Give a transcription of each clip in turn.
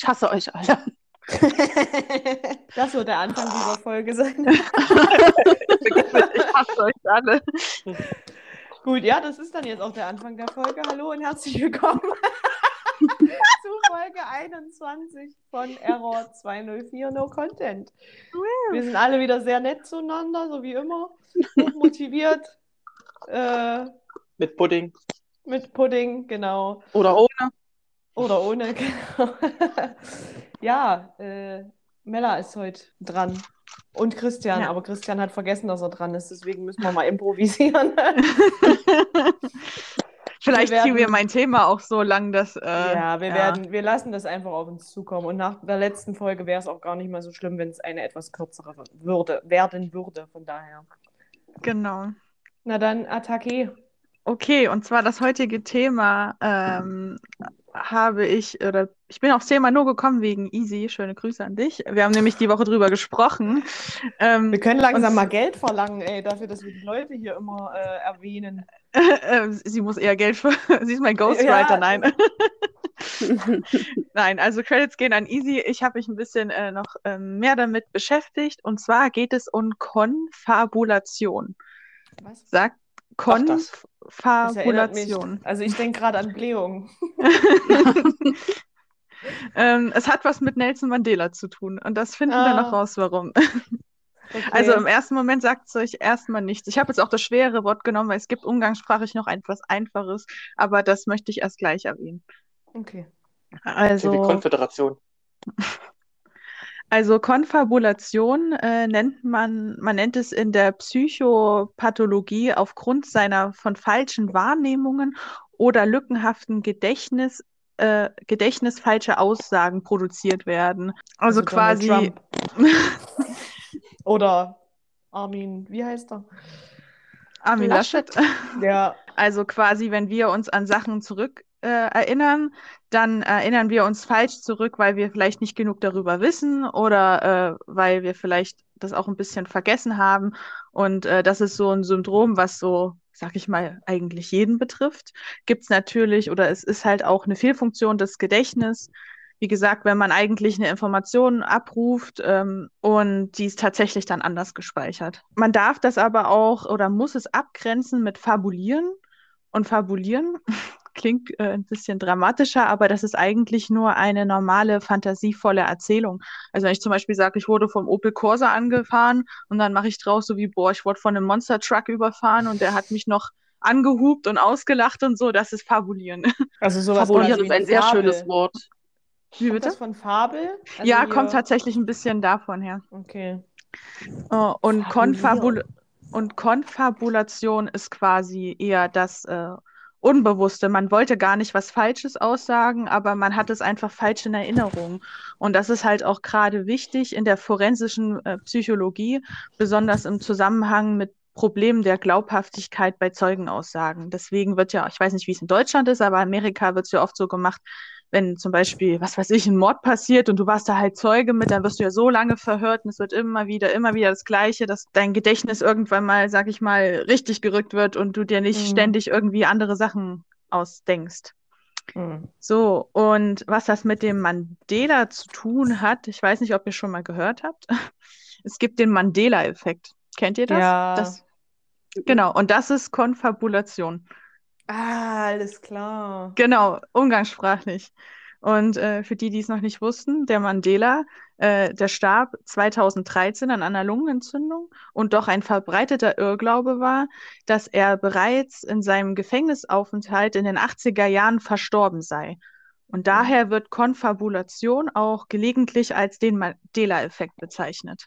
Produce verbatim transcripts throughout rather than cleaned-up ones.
Ich hasse euch alle. Das wird der Anfang dieser Folge sein. Ich hasse euch alle. Gut, ja, das ist dann jetzt auch der Anfang der Folge. Hallo und herzlich willkommen zu Folge einundzwanzig von Error zweihundervier No Content. Wir sind alle wieder sehr nett zueinander, so wie immer. Hochmotiviert. Äh, Mit Pudding. mit Pudding, genau. Oder ohne. Oder ohne, genau. Ja, äh, Mella ist heute dran. Und Christian, Ja. aber Christian hat vergessen, dass er dran ist, deswegen müssen wir mal improvisieren. Vielleicht Wir werden- ziehen wir mein Thema auch so lang, dass. Äh, ja, wir werden, wir lassen das einfach auf uns zukommen. Und nach der letzten Folge wäre es auch gar nicht mal so schlimm, wenn es eine etwas kürzere würde, werden würde. Von daher. Genau. Na dann, Attacke. Okay, und zwar das heutige Thema ähm, habe ich, oder ich bin aufs Thema nur gekommen wegen Easy. Schöne Grüße an dich. Wir haben nämlich die Woche drüber gesprochen. Ähm, Wir können langsam und- mal Geld verlangen, ey, dafür, dass wir die Leute hier immer äh, erwähnen. äh, sie muss eher Geld für. Sie ist mein Ghostwriter, Ja. nein. Nein, also Credits gehen an Easy. Ich habe mich ein bisschen äh, noch ähm, mehr damit beschäftigt. Und zwar geht es um Konfabulation. Was? Sagt Ach, das. Das erinnert mich. Konfabulation. Also ich denke gerade an Blähungen. Ähm, es hat was mit Nelson Mandela zu tun. Und das finden wir noch Ah. raus, warum. Okay. Also im ersten Moment sagt es euch erstmal nichts. Ich habe jetzt auch das schwere Wort genommen, weil es gibt umgangssprachlich noch etwas Einfaches, aber das möchte ich erst gleich erwähnen. Okay. Für die Also, Konföderation. also Konfabulation äh, nennt man, man nennt es in der Psychopathologie aufgrund seiner von falschen Wahrnehmungen oder lückenhaften Gedächtnis, äh, Gedächtnis falsche Aussagen produziert werden. Also, Donald quasi. Trump. Oder Armin, wie heißt er? Armin Laschet. Ja. Also quasi, wenn wir uns an Sachen zurück äh, erinnern, dann erinnern wir uns falsch zurück, weil wir vielleicht nicht genug darüber wissen oder äh, weil wir vielleicht das auch ein bisschen vergessen haben. Und äh, das ist so ein Syndrom, was so, sag ich mal, eigentlich jeden betrifft. Gibt es natürlich, oder es ist halt auch eine Fehlfunktion des Gedächtnisses. Wie gesagt, wenn man eigentlich eine Information abruft ähm, und die ist tatsächlich dann anders gespeichert. Man darf das aber auch oder muss es abgrenzen mit Fabulieren. Und Fabulieren klingt äh, ein bisschen dramatischer, aber das ist eigentlich nur eine normale, fantasievolle Erzählung. Also wenn ich zum Beispiel sage, ich wurde vom Opel Corsa angefahren und dann mache ich draus so wie, boah, ich wurde von einem Monster Truck überfahren und der hat mich noch angehupt und ausgelacht und so, das ist Fabulieren. Also sowas Fabulieren quasi ist wie ein eine sehr Fabel. schönes Wort. Wie Kommt bitte? das von Fabel? Also Ja, hier- kommt tatsächlich ein bisschen davon her. Okay. Oh, und, Fabulieren. Konfabul und Konfabulation ist quasi eher das äh, Unbewusste. Man wollte gar nicht was Falsches aussagen, aber man hat es einfach falsch in Erinnerung. Und das ist halt auch gerade wichtig in der forensischen äh, Psychologie, besonders im Zusammenhang mit Problemen der Glaubhaftigkeit bei Zeugenaussagen. Deswegen wird ja, ich weiß nicht, wie es in Deutschland ist, aber in Amerika wird es ja oft so gemacht, wenn zum Beispiel, was weiß ich, ein Mord passiert und du warst da halt Zeuge mit, dann wirst du ja so lange verhört und es wird immer wieder, immer wieder das Gleiche, dass dein Gedächtnis irgendwann mal, sag ich mal, richtig gerückt wird und du dir nicht Mhm. ständig irgendwie andere Sachen ausdenkst. Mhm. So, und was das mit dem Mandela zu tun hat, ich weiß nicht, ob ihr schon mal gehört habt. Es gibt den Mandela-Effekt. Kennt ihr das? Ja. das? Genau, und das ist Konfabulation. Ah, alles klar. Genau, umgangssprachlich. Und äh, für die, die es noch nicht wussten, der Mandela, äh, der starb zweitausenddreizehn an einer Lungenentzündung und doch ein verbreiteter Irrglaube war, dass er bereits in seinem Gefängnisaufenthalt in den achtziger Jahren verstorben sei. Und daher wird Konfabulation auch gelegentlich als den Mandela-Effekt bezeichnet.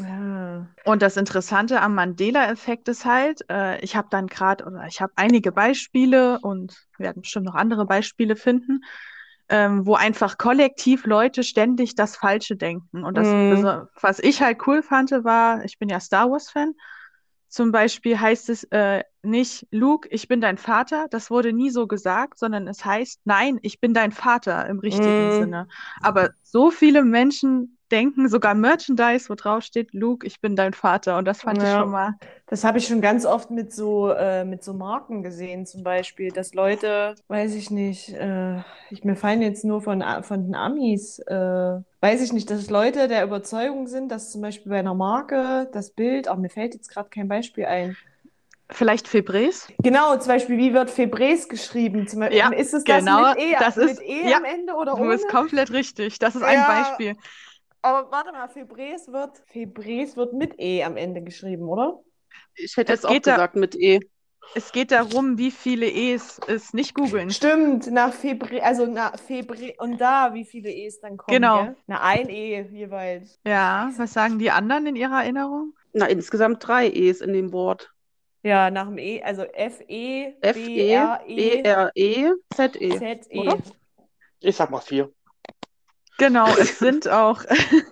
Ja. Und das Interessante am Mandela-Effekt ist halt, äh, ich habe dann gerade, oder ich habe einige Beispiele und wir werden bestimmt noch andere Beispiele finden, ähm, wo einfach kollektiv Leute ständig das Falsche denken. Und das, Mhm. beso- was ich halt cool fand, war, ich bin ja Star Wars-Fan, zum Beispiel heißt es, äh, nicht, Luke, ich bin dein Vater. Das wurde nie so gesagt, sondern es heißt, nein, ich bin dein Vater im richtigen Mm. Sinne. Aber so viele Menschen denken, sogar Merchandise, wo drauf steht, Luke, ich bin dein Vater. Und das fand ich Ja. schon mal. Das habe ich schon ganz oft mit so, äh, mit so Marken gesehen, zum Beispiel, dass Leute, weiß ich nicht, äh, ich, mir fallen jetzt nur von, A- von den Amis, äh, weiß ich nicht, dass Leute der Überzeugung sind, dass zum Beispiel bei einer Marke das Bild, auch mir fällt jetzt gerade kein Beispiel ein. Vielleicht Febreze? Genau, zum Beispiel, wie wird Febreze geschrieben? Zum Beispiel, Ja, ist es das genau. mit E, Das mit ist, E ja, am Ende oder du ohne? bist komplett richtig. Das ist ein Ja, Beispiel. aber warte mal, Febreze wird, Febreze wird mit E am Ende geschrieben, oder? Ich hätte Es jetzt auch geht da, gesagt mit E. es geht darum, wie viele E's es nicht googeln. Stimmt, nach Febre, also nach Febre und da, wie viele E's dann kommen, Genau. gell? Na, ein E jeweils. Ja, was sagen die anderen in ihrer Erinnerung? Na, insgesamt drei E's in dem Wort. Ja, nach dem E, also F E, F B E, R B E, R E, Z E, Z oder? E. Ich sag mal vier. Genau, es sind auch,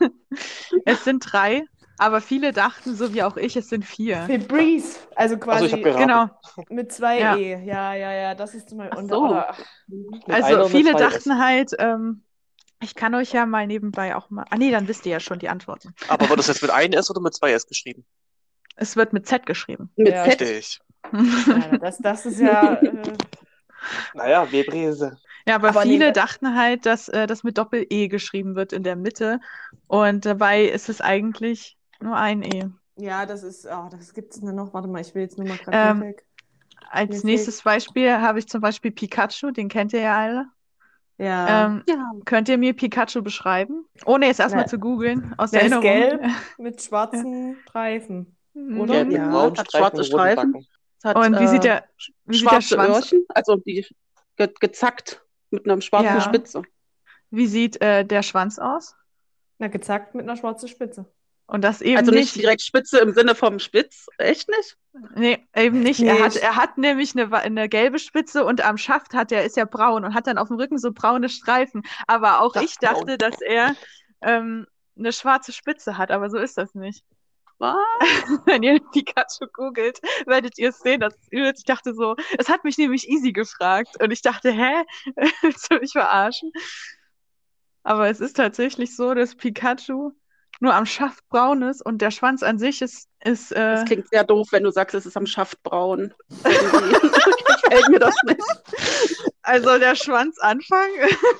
es sind drei, aber viele dachten, so wie auch ich, es sind vier. Febreze, also Also ich quasi habe geraten. Genau, mit zwei ja. E. Ja, ja, ja, das ist zum Beispiel. Ach Und, so. oder, ach, Mit Also einer und mit viele zwei dachten S. halt, ähm, ich kann euch ja mal nebenbei auch mal. Ah nee, dann wisst ihr ja schon die Antworten. Aber wird das jetzt mit einem S oder mit zwei S geschrieben? Es wird mit Z geschrieben. Mit Ja. Z. Richtig. ja, das, das ist ja. Äh, Naja, Febreze. Ja, aber, Aber nee, viele da- dachten halt, dass äh, das mit Doppel-E geschrieben wird in der Mitte. Und dabei ist es eigentlich nur ein E. ja, das ist. Oh, das gibt es noch. Warte mal, ich will jetzt nur mal gerade Ähm, hier weg. Als Mir nächstes Beispiel habe ich zum Beispiel Pikachu, den kennt ihr ja alle. Ja. Ähm, Ja. Könnt ihr mir Pikachu beschreiben? Ohne jetzt erstmal Na, zu googeln, aus Der ist Erinnerung. gelb mit schwarzen Streifen. Oder? Gelb mit Ja, braunen hat Streifen schwarze und roten Streifen. Backen. Es hat Und wie sieht äh, der, wie sieht der schwarze Schwanz, Öhrchen, also die ge gezackt mit einer schwarzen Ja. Spitze. wie sieht äh, der Schwanz aus? Na, gezackt mit einer schwarzen Spitze. Und das eben Also nicht nicht. direkt Spitze im Sinne vom Spitz. Echt nicht? Nee, eben nicht. Nee, Er hat, ich- er hat nämlich eine, wa- eine gelbe Spitze und am Schaft hat er, ist er braun und hat dann auf dem Rücken so braune Streifen. Aber auch Ach, ich braun. dachte, dass er ähm, eine schwarze Spitze hat, aber so ist das nicht. Was? Wenn ihr Pikachu googelt, werdet ihr es sehen. Das ist übel. Ich dachte so, es hat mich nämlich Easy gefragt und ich dachte, hä? Willst du mich verarschen? Aber es ist tatsächlich so, dass Pikachu nur am Schaft braun ist und der Schwanz an sich ist, ist Das äh, klingt sehr doof, wenn du sagst, es ist am Schaft braun. Irgendwie gefällt mir das nicht. also der Schwanzanfang.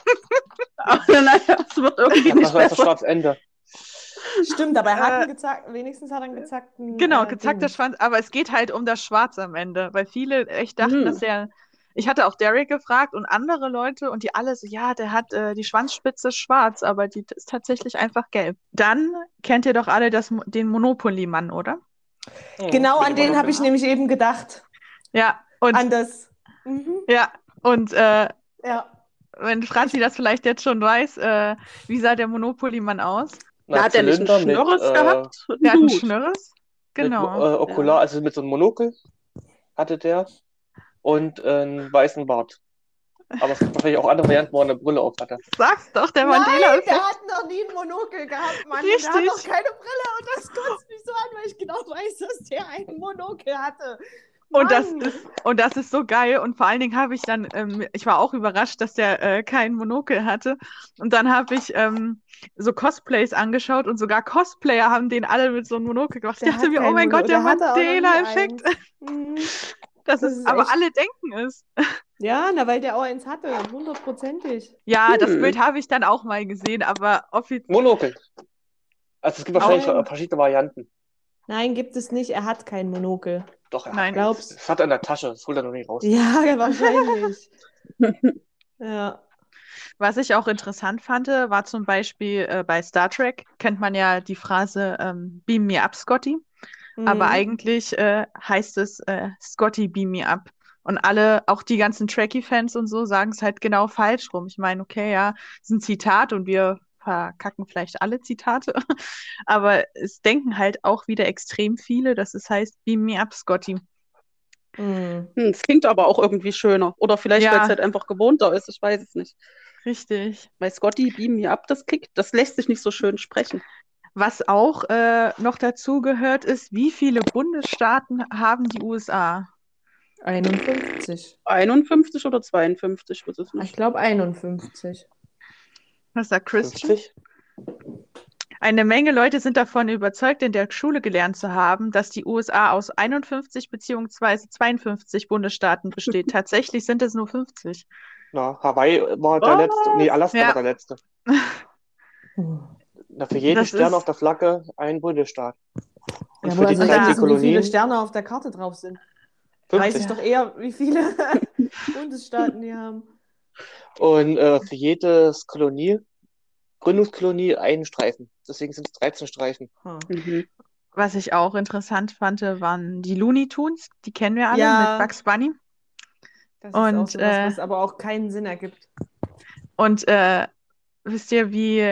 Aber naja, es wird irgendwie Ja, nicht das war jetzt das besser. schwarze Ende. Stimmt, aber er hat Äh, einen gezack, wenigstens hat er einen gezackten. Genau, äh, gezackter Dings. Schwanz, aber es geht halt um das Schwarz am Ende, weil viele echt dachten, Hm. dass der. Ich hatte auch Derek gefragt und andere Leute und die alle so, ja, der hat äh, die Schwanzspitze schwarz, aber die ist tatsächlich einfach gelb. Dann kennt ihr doch alle das, Mo- den Monopoly-Mann, oder? Hm, Genau mit an dem den habe ich Monokel. nämlich eben gedacht. Ja, und An das. Mhm. ja, und äh, Ja. wenn Franzi das vielleicht jetzt schon weiß, äh, wie sah der Monopoly-Mann aus? Na, Na, hat der nicht einen Zylinder mit, Schnörres äh, gehabt? Und Der hat einen einen Hut. Schnürres. mit Genau. äh, Okular, also mit so einem Monokel hatte der und äh, einen weißen Bart. Aber es gibt wahrscheinlich auch andere Varianten, wo er eine Brille auf hatte. Sag's doch, der Nein, Mandela-Effekt. der hat noch nie ein Monokel gehabt, Mann. Der hat Richtig. doch keine Brille und das kotzt mich so an, weil ich genau weiß, dass der ein Monokel hatte. Und das Mann. ist, und das ist so geil. Und vor allen Dingen habe ich dann, ähm, ich war auch überrascht, dass der äh, keinen Monokel hatte. Und dann habe ich ähm, so Cosplays angeschaut und sogar Cosplayer haben den alle mit so einem Monokel gemacht. Ich Der dachte hat mir, oh kein mein Mono- Gott, der, der hatte auch noch nie Mandela-Effekt. eins. Mhm. Das, Das ist, ist aber echt- alle denken es. Ja, na, weil der auch eins hatte, hundertprozentig. Ja, das Hm. Bild habe ich dann auch mal gesehen, aber offiziell. Monokel. Also es gibt wahrscheinlich Nein. äh, verschiedene Varianten. Nein, gibt es nicht. Er hat kein Monokel. Doch, er Nein. hat eins. Glaubst- Das hat er in der Tasche, das holt er noch nicht raus. Ja, wahrscheinlich. Ja. Was ich auch interessant fand, war zum Beispiel äh, bei Star Trek, kennt man ja die Phrase ähm, Beam me up, Scotty. Aber Mhm. eigentlich äh, heißt es äh, Scotty, beam me up. Und alle, auch die ganzen Trekkie-Fans und so, sagen es halt genau falsch rum. Ich meine, okay, ja, ist ein Zitat und wir verkacken vielleicht alle Zitate. Aber es denken halt auch wieder extrem viele, dass es heißt, beam me up, Scotty. Mhm. Hm, es klingt aber auch irgendwie schöner. Oder vielleicht, Ja. weil es halt einfach gewohnter ist. Ich weiß es nicht. Richtig. Weil Scotty, beam me up, das klingt, das lässt sich nicht so schön sprechen. Was auch äh, noch dazu gehört, ist, wie viele Bundesstaaten haben die U S A? einundfünfzig. einundfünfzig oder zweiundfünfzig, was ist Ich nicht? glaube einundfünfzig. Was sagt Christian? fünfzig? Eine Menge Leute sind davon überzeugt, in der Schule gelernt zu haben, dass die U S A aus einundfünfzig beziehungsweise zweiundfünfzig Bundesstaaten besteht. Tatsächlich sind es nur fünfzig. Na, Hawaii war der letzte. Nee, Alaska Ja. war der letzte. Hm. Na, für jeden Das Stern ist- auf der Flagge ein Bundesstaat. Und Ja, für woher die soll ich da- denn dreißig wissen, wie viele Kolonien Sterne auf der Karte drauf sind? Weiß ich fünfzig. doch eher, wie viele Bundesstaaten die haben. Und äh, für jedes Kolonie, Gründungskolonie, einen Streifen. Deswegen sind es dreizehn Streifen. Hm. Mhm. Was ich auch interessant fand, waren die Looney Tunes. Die kennen wir alle Ja. mit Bugs Bunny. Das ist auch Und, sowas, äh, was aber auch keinen Sinn ergibt. Und äh, wisst ihr, wie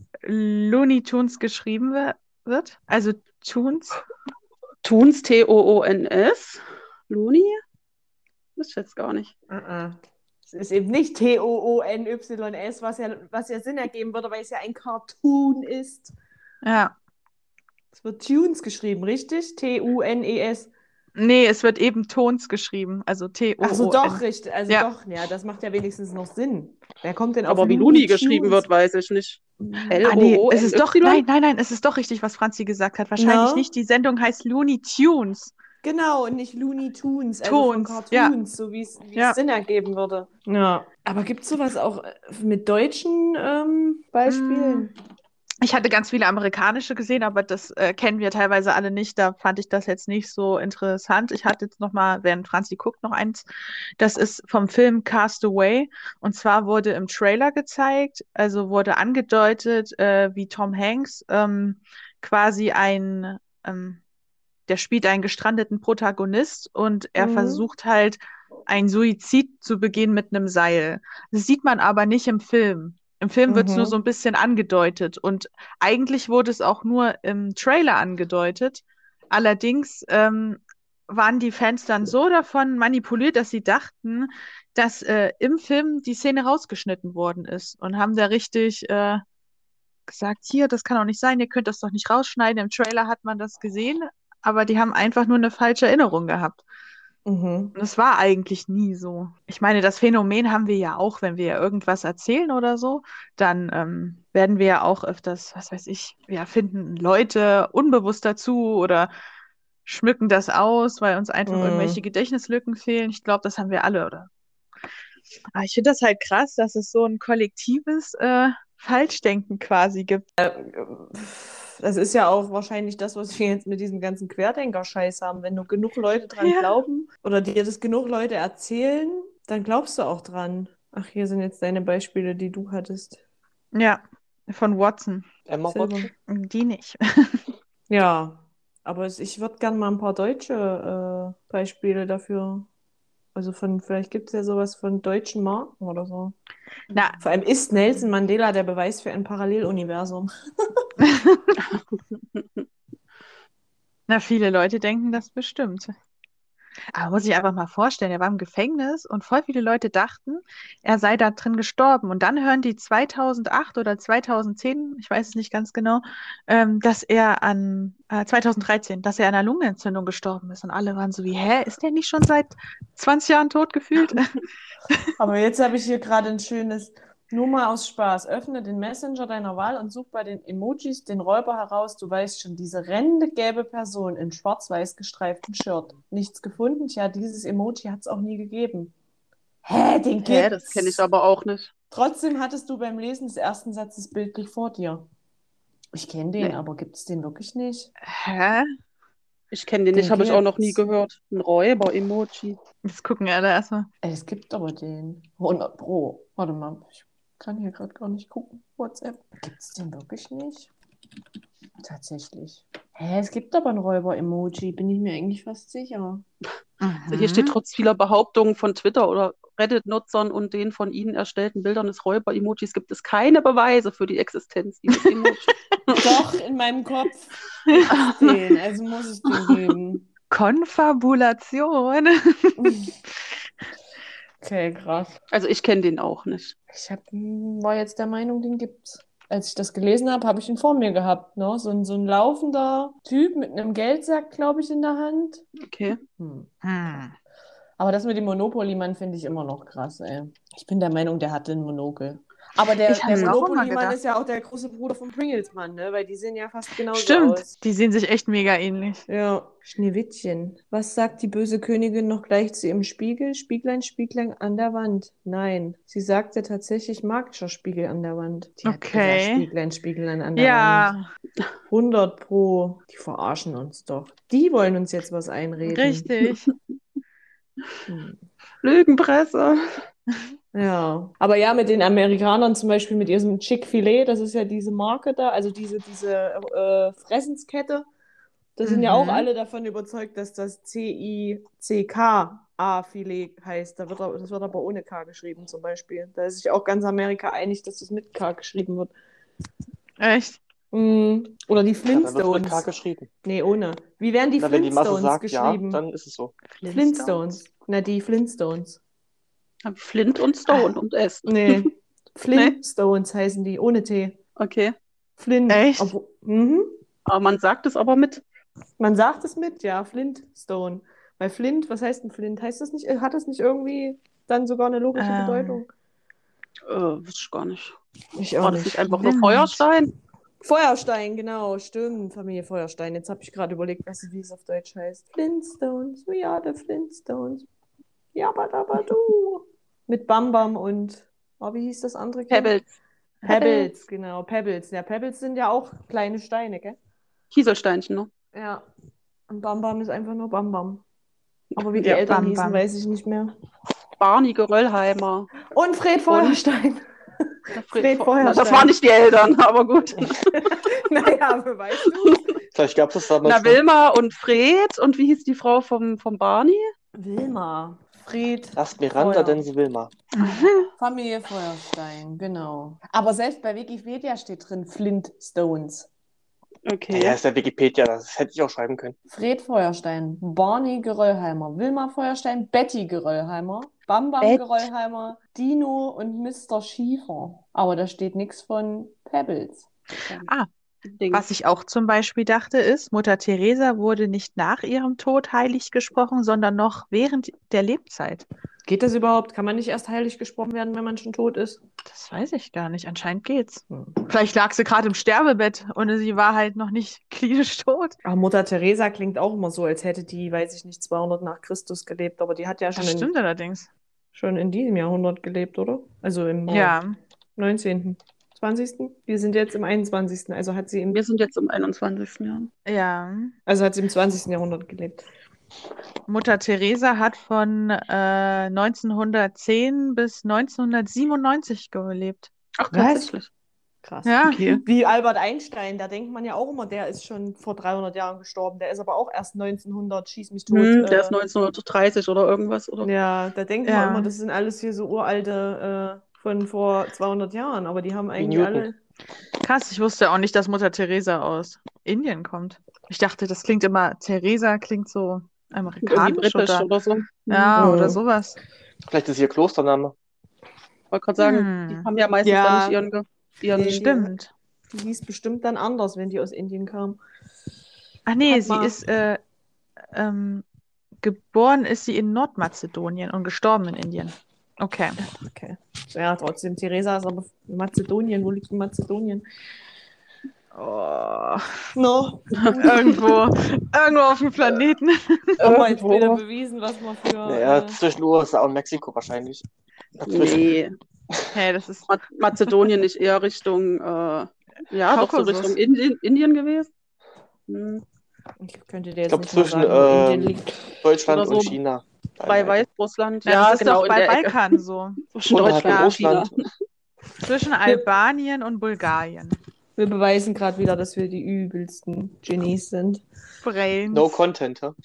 Looney Tunes geschrieben wi- wird? Also Tunes? Toons, T O O N S. Looney? Das ich jetzt gar nicht. Uh-uh. Es ist eben nicht T O O N Y S, was ja, was ja Sinn ergeben würde, weil es ja ein Cartoon ist. Ja. Es wird Tunes geschrieben, richtig? T U N E S. Nee, es wird eben Tones geschrieben. Also T O O N. Ach so, doch, richtig. Also Ja. doch, ja, das macht ja wenigstens noch Sinn. Wer kommt denn auf Aber wie Looney Looney geschrieben Tunes? wird, weiß ich nicht. L Ah, nee, O O es ist doch, N Y? nein, nein, nein, es ist doch richtig, was Franzi gesagt hat. Wahrscheinlich Na? nicht. Die Sendung heißt Looney Tunes. Genau, und nicht Looney Tunes, also von Tunes, ja. Cartoons, so wie es wie es Ja. Sinn ergeben würde. Ja. Aber gibt es sowas auch äh, mit deutschen ähm, Beispielen? Ich hatte ganz viele amerikanische gesehen, aber das äh, kennen wir teilweise alle nicht. Da fand ich das jetzt nicht so interessant. Ich hatte jetzt noch mal, während Franzi guckt, noch eins. Das ist vom Film Cast Away. Und zwar wurde im Trailer gezeigt, also wurde angedeutet, äh, wie Tom Hanks ähm, quasi ein, ähm, der spielt einen gestrandeten Protagonist und er Mhm. versucht halt, einen Suizid zu begehen mit einem Seil. Das sieht man aber nicht im Film. Im Film wird es Mhm. nur so ein bisschen angedeutet und eigentlich wurde es auch nur im Trailer angedeutet. Allerdings ähm, waren die Fans dann so davon manipuliert, dass sie dachten, dass äh, im Film die Szene rausgeschnitten worden ist und haben da richtig äh, gesagt, hier, das kann doch nicht sein, ihr könnt das doch nicht rausschneiden. Im Trailer hat man das gesehen, aber die haben einfach nur eine falsche Erinnerung gehabt. Mhm. Und es war eigentlich nie so. Ich meine, das Phänomen haben wir ja auch, wenn wir ja irgendwas erzählen oder so, dann ähm, werden wir ja auch öfters, was weiß ich, wir erfinden Leute unbewusst dazu oder schmücken das aus, weil uns einfach Mhm. irgendwelche Gedächtnislücken fehlen. Ich glaube, das haben wir alle, oder? Aber ich finde das halt krass, dass es so ein kollektives äh, Falschdenken quasi gibt. Das ist ja auch wahrscheinlich das, was wir jetzt mit diesem ganzen Querdenker-Scheiß haben. Wenn nur genug Leute dran Ja. glauben oder dir das genug Leute erzählen, dann glaubst du auch dran. Ach, hier sind jetzt deine Beispiele, die du hattest. Ja, von Watson. Emma Silber. Watson? Die nicht. Ja, aber es- ich würde gerne mal ein paar deutsche äh, Beispiele dafür. Also von, vielleicht gibt es ja sowas von deutschen Marken oder so. Na, Vor allem ist Nelson Mandela der Beweis für ein Paralleluniversum. na, viele Leute denken das bestimmt. Aber muss ich einfach mal vorstellen, er war im Gefängnis und voll viele Leute dachten, er sei da drin gestorben. Und dann hören die zweitausendacht oder zweitausendzehn, ich weiß es nicht ganz genau, ähm, dass er an, äh, zweitausenddreizehn, dass er an einer Lungenentzündung gestorben ist. Und alle waren so wie, hä, ist der nicht schon seit zwanzig Jahren tot gefühlt? Aber jetzt habe ich hier gerade ein schönes, nur mal aus Spaß. Öffne den Messenger deiner Wahl und such bei den Emojis den Räuber heraus. Du weißt schon, diese rennende gelbe Person in schwarz-weiß gestreiftem Shirt. Nichts gefunden? Tja, dieses Emoji hat es auch nie gegeben. Hä, den Hä, gibt's. das kenne ich aber auch nicht. Trotzdem hattest du beim Lesen des ersten Satzes bildlich vor dir. Ich kenne den, Nee. aber gibt es den wirklich nicht? Hä? Ich kenne den Den nicht, habe ich auch noch nie gibt's. gehört. Ein Räuber-Emoji. Jetzt gucken alle erstmal. Ey, es gibt aber den. hundert Pro. Warte mal, ich kann hier gerade gar nicht gucken. WhatsApp. Gibt es den wirklich nicht? Tatsächlich. Hä, es gibt aber ein Räuber-Emoji. Bin ich mir eigentlich fast sicher. Also hier steht trotz vieler Behauptungen von Twitter oder Reddit-Nutzern und den von ihnen erstellten Bildern des Räuber-Emojis gibt es keine Beweise für die Existenz dieses Emojis. Doch, in meinem Kopf gibt es den. Also muss ich den geben. Konfabulation. Okay, krass. Also ich kenne den auch nicht. Ich hab, war jetzt der Meinung, den gibt's. Als ich das gelesen habe, habe ich ihn vor mir gehabt. Ne? So ein, so ein laufender Typ mit einem Geldsack, glaube ich, in der Hand. Okay. Hm. Hm. Aber das mit dem Monopoly-Mann finde ich immer noch krass, ey. Ich bin der Meinung, der hatte ein Monokel. Aber der, Ich der hab's auch immer Monopoly-Mann gedacht. ist ja auch der große Bruder vom Pringles-Mann, ne? Weil die sehen ja fast genauso Stimmt, aus. die sehen sich echt mega ähnlich. Ja. Schneewittchen. Was sagt die böse Königin noch gleich zu ihrem Spiegel? Spieglein, Spieglein an der Wand. Nein, sie sagte tatsächlich magischer Spiegel an der Wand. Die hat gesagt, Okay. Spieglein, Spieglein an der Wand. Ja, hundert Pro. Die verarschen uns doch. Die wollen uns jetzt was einreden. richtig. Hm. Lügenpresse. Ja, aber ja, mit den Amerikanern zum Beispiel mit ihrem Chick-fil-A, das ist ja diese Marke da, also diese, diese äh, Fressenskette, da sind ja auch Mhm. alle davon überzeugt, dass das C I C K-A-Filet heißt. Da wird, er- das wird aber ohne K geschrieben zum Beispiel. Da ist sich auch ganz Amerika einig, dass das mit K geschrieben wird. Echt? Mm, Oder die Ja, dann wird mit K Flintstones. geschrieben. Nee, ohne. Wie werden die Na, wenn die Masse Flintstones sagt ja, geschrieben? dann ist es so. Flintstones. Na, die Flintstones. Flint und Stone und S. Nee, Flintstones heißen die, ohne T. Okay. Flint. Echt? Obwohl- mhm. Aber man sagt es aber mit. Man sagt es mit, ja, Flintstone. Weil Flint, was heißt denn Flint? Heißt das nicht, hat das nicht irgendwie dann sogar eine logische Ähm. Bedeutung? Äh, weiß ich gar nicht. Ich War auch das nicht. nicht einfach nur Flint. Feuerstein? Feuerstein, genau, stimmt. Familie Feuerstein. Jetzt habe ich gerade überlegt, was, wie es auf Deutsch heißt. Flintstones, we are the Flintstones. Jabadabadu. Mit Bam Bam und, oh, wie hieß das andere Kind? Pebbles. Pebbles, genau, Pebbles. Ja, Pebbles sind ja auch kleine Steine, gell? Kieselsteinchen, ne? Ja. Und Bam Bam ist einfach nur Bam Bam. Aber wie die Ja, Eltern Bam hießen, Bam. weiß ich nicht mehr. Barney Geröllheimer. Und Fred Feuerstein. Der Fred Na, Feuerstein. das waren nicht die Eltern, aber gut. Naja, aber weißt du? Vielleicht gab es das damals Na, schon. Wilma und Fred. Und wie hieß die Frau vom, vom Barney? Wilma. Fred. Erst Miranda, Feuer. dann sie Wilma. Familie Feuerstein, genau. Aber selbst bei Wikipedia steht drin Flintstones. Okay. Ja, ist der Wikipedia, das hätte ich auch schreiben können. Fred Feuerstein, Barney Geröllheimer, Wilma Feuerstein, Betty Geröllheimer, Bam Bam Bet- Geröllheimer, Dino und Mister Schiefer. Aber da steht nichts von Pebbles. Ah, Ding. was ich auch zum Beispiel dachte, ist, Mutter Teresa wurde nicht nach ihrem Tod heilig gesprochen, sondern noch während der Lebzeit. Geht das überhaupt? Kann man nicht erst heilig gesprochen werden, wenn man schon tot ist? Das weiß ich gar nicht. Anscheinend geht's. Hm. Vielleicht lag sie gerade im Sterbebett und sie war halt noch nicht klinisch tot. Aber Mutter Teresa klingt auch immer so, als hätte die, weiß ich nicht, zweihundert nach Christus gelebt. Aber die hat ja schon, Das in, stimmt allerdings. schon in diesem Jahrhundert gelebt, oder? Also im Ja. neunzehnten zwanzigsten Wir sind jetzt im einundzwanzigsten Also hat sie im, Wir sind jetzt im einundzwanzigsten Jahr. Ja. also hat sie im zwanzigsten Jahrhundert gelebt. Mutter Teresa hat von äh, neunzehnhundertzehn bis neunzehnhundertsiebenundneunzig gelebt. Ach, Was? tatsächlich. Krass. Ja. Okay. Wie Albert Einstein, da denkt man ja auch immer, der ist schon vor dreihundert Jahren gestorben. Der ist aber auch erst neunzehnhundert, schieß mich tot. Hm, der äh, ist neunzehnhundertdreißig oder irgendwas, oder? Ja, da denkt Ja. man immer, das sind alles hier so uralte äh, von vor zweihundert Jahren, aber die haben eigentlich Newton. alle. Krass, ich wusste auch nicht, dass Mutter Teresa aus Indien kommt. Ich dachte, das klingt immer, Teresa klingt so Irgendwie amerikanisch britisch oder, oder so. ja, Mhm. oder sowas. Vielleicht ist ihr Klostername. Ich wollte gerade sagen, Hm. die haben ja meistens Ja. dann nicht ihren, Ge- ihren Nee. Stimmt. Die hieß bestimmt dann anders, wenn die aus Indien kam. Ach nee, Hat sie mal- ist, äh, ähm, geboren ist sie in Nordmazedonien und gestorben in Indien. Okay. Okay. Ja, trotzdem, Teresa ist aber in Mazedonien. Wo liegt in Mazedonien? Oh, No. irgendwo, irgendwo auf dem Planeten. Haben wir jetzt Irgendwo. wieder bewiesen, was man für. Naja, äh, zwischen U S A und Mexiko wahrscheinlich. Dazwischen. Nee, Hey, das ist Ma- Mazedonien nicht eher Richtung, äh, ja, doch so Kaukasus. Richtung Indien, Indien gewesen. Hm. Ich könnte dir jetzt glaub, nicht mal zwischen, sagen, wo Indien ähm, liegt. Deutschland Oder so und China. Bei Weißrussland, Ja, ja, das ist genau, doch in bei der Ecke. Balkan so. Zwischen Unterhalb von Deutschland und Russland. China. Zwischen Albanien und Bulgarien. Wir beweisen gerade wieder, dass wir die übelsten Genies sind. Brains. No Content, ja?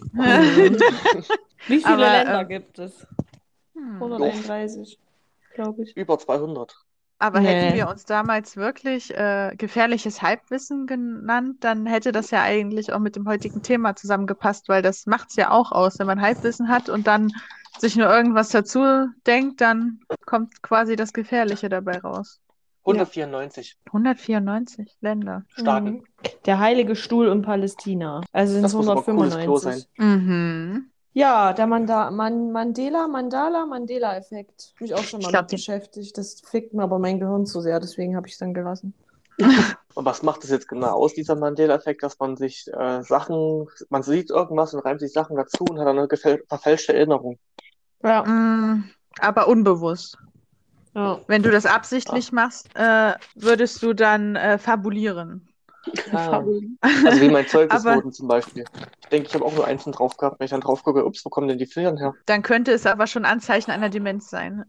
Wie viele Aber, Länder ähm, gibt es? Hm. hunderteinunddreißig, glaube ich. Über zweihundert. Aber Nee. hätten wir uns damals wirklich äh, gefährliches Halbwissen genannt, dann hätte das ja eigentlich auch mit dem heutigen Thema zusammengepasst, weil das macht es ja auch aus. Wenn man Halbwissen hat und dann sich nur irgendwas dazu denkt, dann kommt quasi das Gefährliche dabei raus. hundertvierundneunzig hundertvierundneunzig Länder. Staaten. Mhm. Der Heilige Stuhl in Palästina. Also sind es Das muss aber ein cooles Klo sein. hundertfünfundneunzig. Mhm. Ja, der Manda Man Mandela, Mandala, Mandela-Effekt. Mich auch schon Ich mal glaube, mit den. beschäftigt. Das fickt mir aber mein Gehirn zu sehr, deswegen habe ich es dann gelassen. Und was macht es jetzt genau aus, dieser Mandela-Effekt, dass man sich äh, Sachen, man sieht irgendwas und reimt sich Sachen dazu und hat dann eine gefäl- verfälschte Erinnerung. Ja, Mm, aber unbewusst. ja. Wenn du das Ah, absichtlich machst, äh, würdest du dann äh, fabulieren. ah. Fabeln. Also wie mein Aber Zeugnisnoten zum Beispiel. Ich denke, ich habe auch nur Einsen drauf gehabt. Wenn ich dann drauf gucke, ups, wo kommen denn die Vieren her? dann könnte es aber schon Anzeichen einer Demenz sein.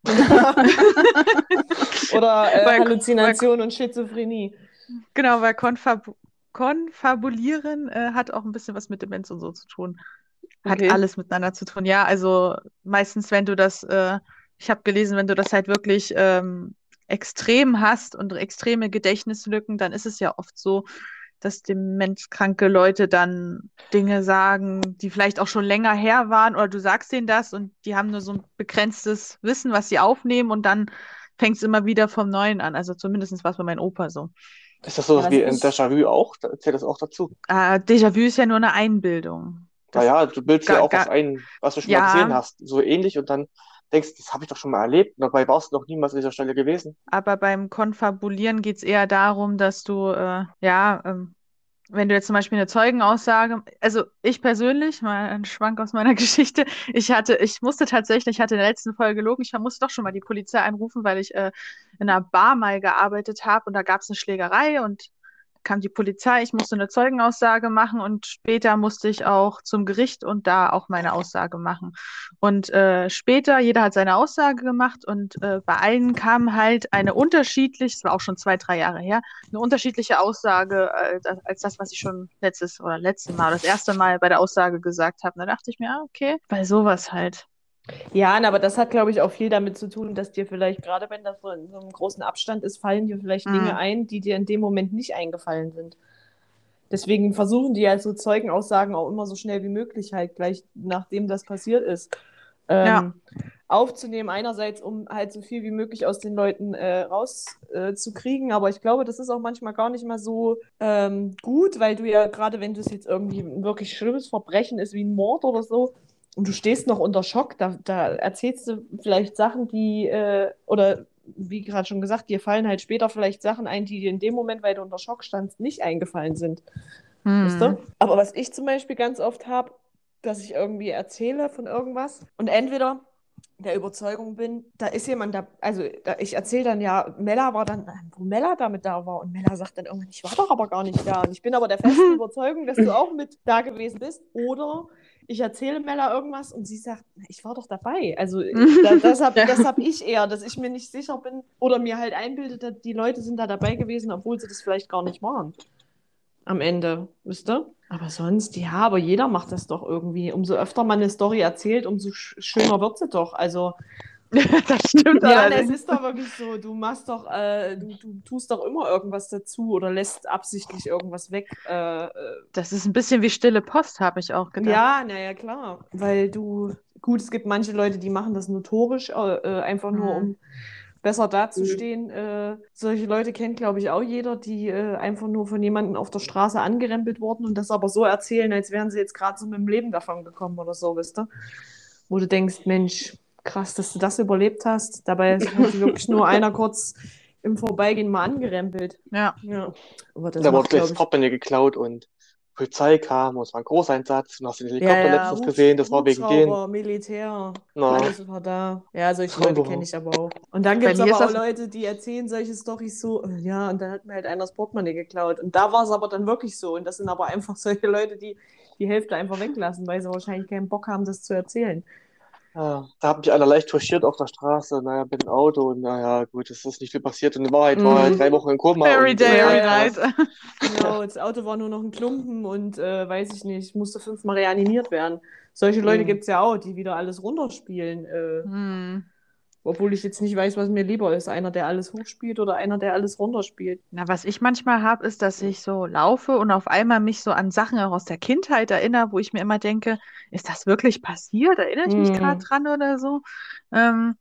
Oder äh, Weil, weil, Halluzination und Schizophrenie. genau, weil Konfab Konfabulieren äh, hat auch ein bisschen was mit Demenz und so zu tun. Hat Okay. alles miteinander zu tun. Ja, also meistens, wenn du das, äh, ich habe gelesen, wenn du das halt wirklich ähm, extrem hast und extreme Gedächtnislücken, dann ist es ja oft so, dass demenzkranke Leute dann Dinge sagen, die vielleicht auch schon länger her waren, oder du sagst denen das und die haben nur so ein begrenztes Wissen, was sie aufnehmen, und dann fängt es immer wieder vom Neuen an. Also zumindest war es bei meinem Opa so. Ist das Ja, sowas was wie ein ich. Déjà-vu auch? Da zählt das auch dazu? Äh, Déjà-vu ist ja nur eine Einbildung. Das Naja, du bildest ja ga, auch was ga, ein, was du schon mal gesehen ja, hast. So ähnlich und dann denkst du, das habe ich doch schon mal erlebt. Und dabei warst du noch niemals an dieser Stelle gewesen. aber beim Konfabulieren geht es eher darum, dass du, äh, ja, ähm, wenn du jetzt zum Beispiel eine Zeugenaussage, also ich persönlich, mal ein Schwank aus meiner Geschichte, ich hatte, ich musste tatsächlich, ich hatte in der letzten Folge gelogen, ich musste doch schon mal die Polizei anrufen, weil ich äh, in einer Bar mal gearbeitet habe und da gab es eine Schlägerei und kam die Polizei, ich musste eine Zeugenaussage machen und später musste ich auch zum Gericht und da auch meine Aussage machen. Und äh, später, jeder hat seine Aussage gemacht und äh, bei allen kam halt eine unterschiedlich, es war auch schon zwei, drei Jahre her, eine unterschiedliche Aussage äh, das- als das, was ich schon letztes oder letzte Mal, das erste Mal bei der Aussage gesagt habe. Da dachte ich mir, ah, okay, bei sowas halt. Ja, na, aber das hat, glaube ich, auch viel damit zu tun, dass dir vielleicht, gerade wenn das so in so einem großen Abstand ist, fallen dir vielleicht Dinge Mm, ein, die dir in dem Moment nicht eingefallen sind. Deswegen versuchen die halt so Zeugenaussagen auch immer so schnell wie möglich, halt gleich nachdem das passiert ist, ja. ähm, aufzunehmen. Einerseits, um halt so viel wie möglich aus den Leuten äh, rauszukriegen. Äh, zu kriegen. Aber ich glaube, das ist auch manchmal gar nicht mal so ähm, gut, weil du ja, gerade wenn das jetzt irgendwie ein wirklich schlimmes Verbrechen ist, wie ein Mord oder so, und du stehst noch unter Schock, da, da erzählst du vielleicht Sachen, die, äh, oder wie gerade schon gesagt, dir fallen halt später vielleicht Sachen ein, die dir in dem Moment, weil du unter Schock standst, nicht eingefallen sind. Wisst Mm. ihr? Aber was ich zum Beispiel ganz oft habe, dass ich irgendwie erzähle von irgendwas und entweder der Überzeugung bin, da ist jemand da, also da, ich erzähle dann ja, Mella war dann, wo Mella damit da war und Mella sagt dann irgendwann, ich war doch aber gar nicht da und ich bin aber der festen Überzeugung, dass du auch mit da gewesen bist, oder ich erzähle Mella irgendwas und sie sagt, ich war doch dabei. Also da, das habe das hab ich eher, dass ich mir nicht sicher bin oder mir halt einbildet, die Leute sind da dabei gewesen, obwohl sie das vielleicht gar nicht waren am Ende, wisst ihr? Aber sonst, ja, aber jeder macht das doch irgendwie. Umso öfter man eine Story erzählt, umso sch schöner wird sie doch. Also, Das stimmt ja, es allerdings. ist doch wirklich so, du machst doch, äh, du, du tust doch immer irgendwas dazu oder lässt absichtlich irgendwas weg. Äh, äh, Das ist ein bisschen wie stille Post, habe ich auch gedacht. ja, naja, klar. Weil du, gut, es gibt manche Leute, die machen das notorisch, äh, äh, einfach nur Mm. um besser dazustehen. Äh, solche Leute kennt, glaube ich, auch jeder, die äh, einfach nur von jemandem auf der Straße angerempelt wurden und das aber so erzählen, als wären sie jetzt gerade so mit dem Leben davon gekommen oder so, wisst ihr? Wo du denkst, Mensch, krass, dass du das überlebt hast. Dabei hat sich wirklich nur einer kurz im Vorbeigehen mal angerempelt. Ja. Ja, aber das Da wurde macht, gleich glaube das ich. Portemonnaie geklaut und Polizei kam und es war ein Großeinsatz. Und hast den Ja, Helikopter ja, letztens Hubsch gesehen, das war wegen denen. Hubschrauber, Militär, Na, alles war da. Ja, solche Leute kenne ich aber auch. Und dann Bei gibt es mir aber ist auch das, Leute, die erzählen solche Storys so, äh, ja, und dann hat mir halt einer das Portemonnaie geklaut. Und da war es aber dann wirklich so. Und das sind aber einfach solche Leute, die die Hälfte einfach weglassen, weil sie wahrscheinlich keinen Bock haben, das zu erzählen. ja, da hat mich einer leicht touchiert auf der Straße. Naja, mit dem Auto. Und naja, gut, es ist nicht viel passiert. Und in Wahrheit war er Mhm. drei Wochen in Koma every und im day, Ja, every ja, night. genau. Das Auto war nur noch ein Klumpen und äh, weiß ich nicht, musste fünfmal reanimiert werden. Solche Leute Mhm. gibt es ja auch, die wieder alles runterspielen. Äh, Hm. Obwohl ich jetzt nicht weiß, was mir lieber ist. Einer, der alles hochspielt oder einer, der alles runterspielt. Na, was ich manchmal habe, ist, dass ich so laufe und auf einmal mich so an Sachen auch aus der Kindheit erinnere, wo ich mir immer denke, ist das wirklich passiert? Erinnere ich mich gerade Hm. dran oder so? Ähm,